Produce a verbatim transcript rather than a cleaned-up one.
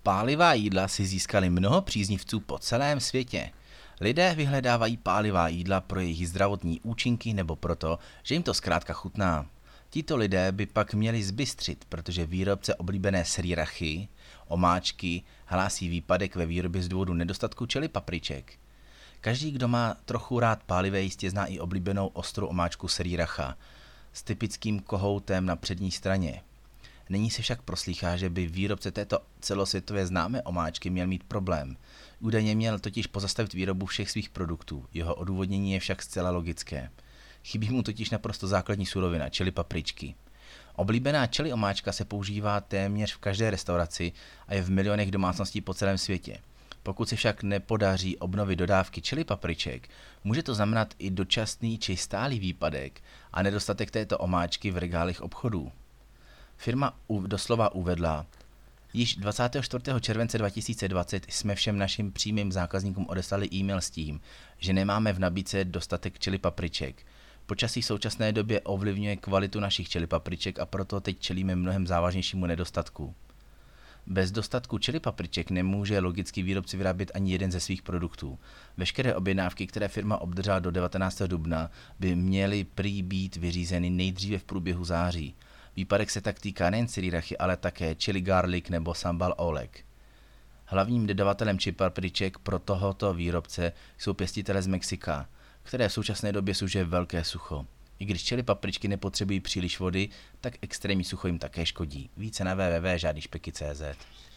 Pálivá jídla si získali mnoho příznivců po celém světě. Lidé vyhledávají pálivá jídla pro jejich zdravotní účinky nebo proto, že jim to zkrátka chutná. Tito lidé by pak měli zbystřit, protože výrobce oblíbené srírachy, omáčky, hlásí výpadek ve výrobě z důvodu nedostatku chili papriček. Každý, kdo má trochu rád pálivé, jistě zná i oblíbenou ostrou omáčku sriracha s typickým kohoutem na přední straně. Nyní se však proslýchá, že by výrobce této celosvětově známé omáčky měl mít problém. Údajně měl totiž pozastavit výrobu všech svých produktů. Jeho odůvodnění je však zcela logické. Chybí mu totiž naprosto základní surovina, chili papričky. Oblíbená chili omáčka se používá téměř v každé restauraci a je v milionech domácností po celém světě. Pokud se však nepodaří obnovit dodávky chili papriček, může to znamenat i dočasný či stálý výpadek a nedostatek této omáčky v regálech obchodů. Firma doslova uvedla: již dvacátého čtvrtého července dva tisíce dvacet jsme všem našim přímým zákazníkům odeslali e-mail s tím, že nemáme v nabídce dostatek chili papriček. Počasí v současné době ovlivňuje kvalitu našich chili papriček a proto teď čelíme mnohem závažnějšímu nedostatku. Bez dostatku chili papriček nemůže logicky výrobci vyrábět ani jeden ze svých produktů. Veškeré objednávky, které firma obdržela do devatenáctého dubna, by měly prý být vyřízeny nejdříve v průběhu září. Výpadek se tak týká nejen srírachy, ale také chili garlic nebo sambal oelek. Hlavním dodavatelem chili papriček pro tohoto výrobce jsou pěstitele z Mexika, které v současné době sužuje velké sucho. I když chili papričky nepotřebují příliš vody, tak extrémní sucho jim také škodí. Více na w w w tečka žádný špeky tečka cé zet.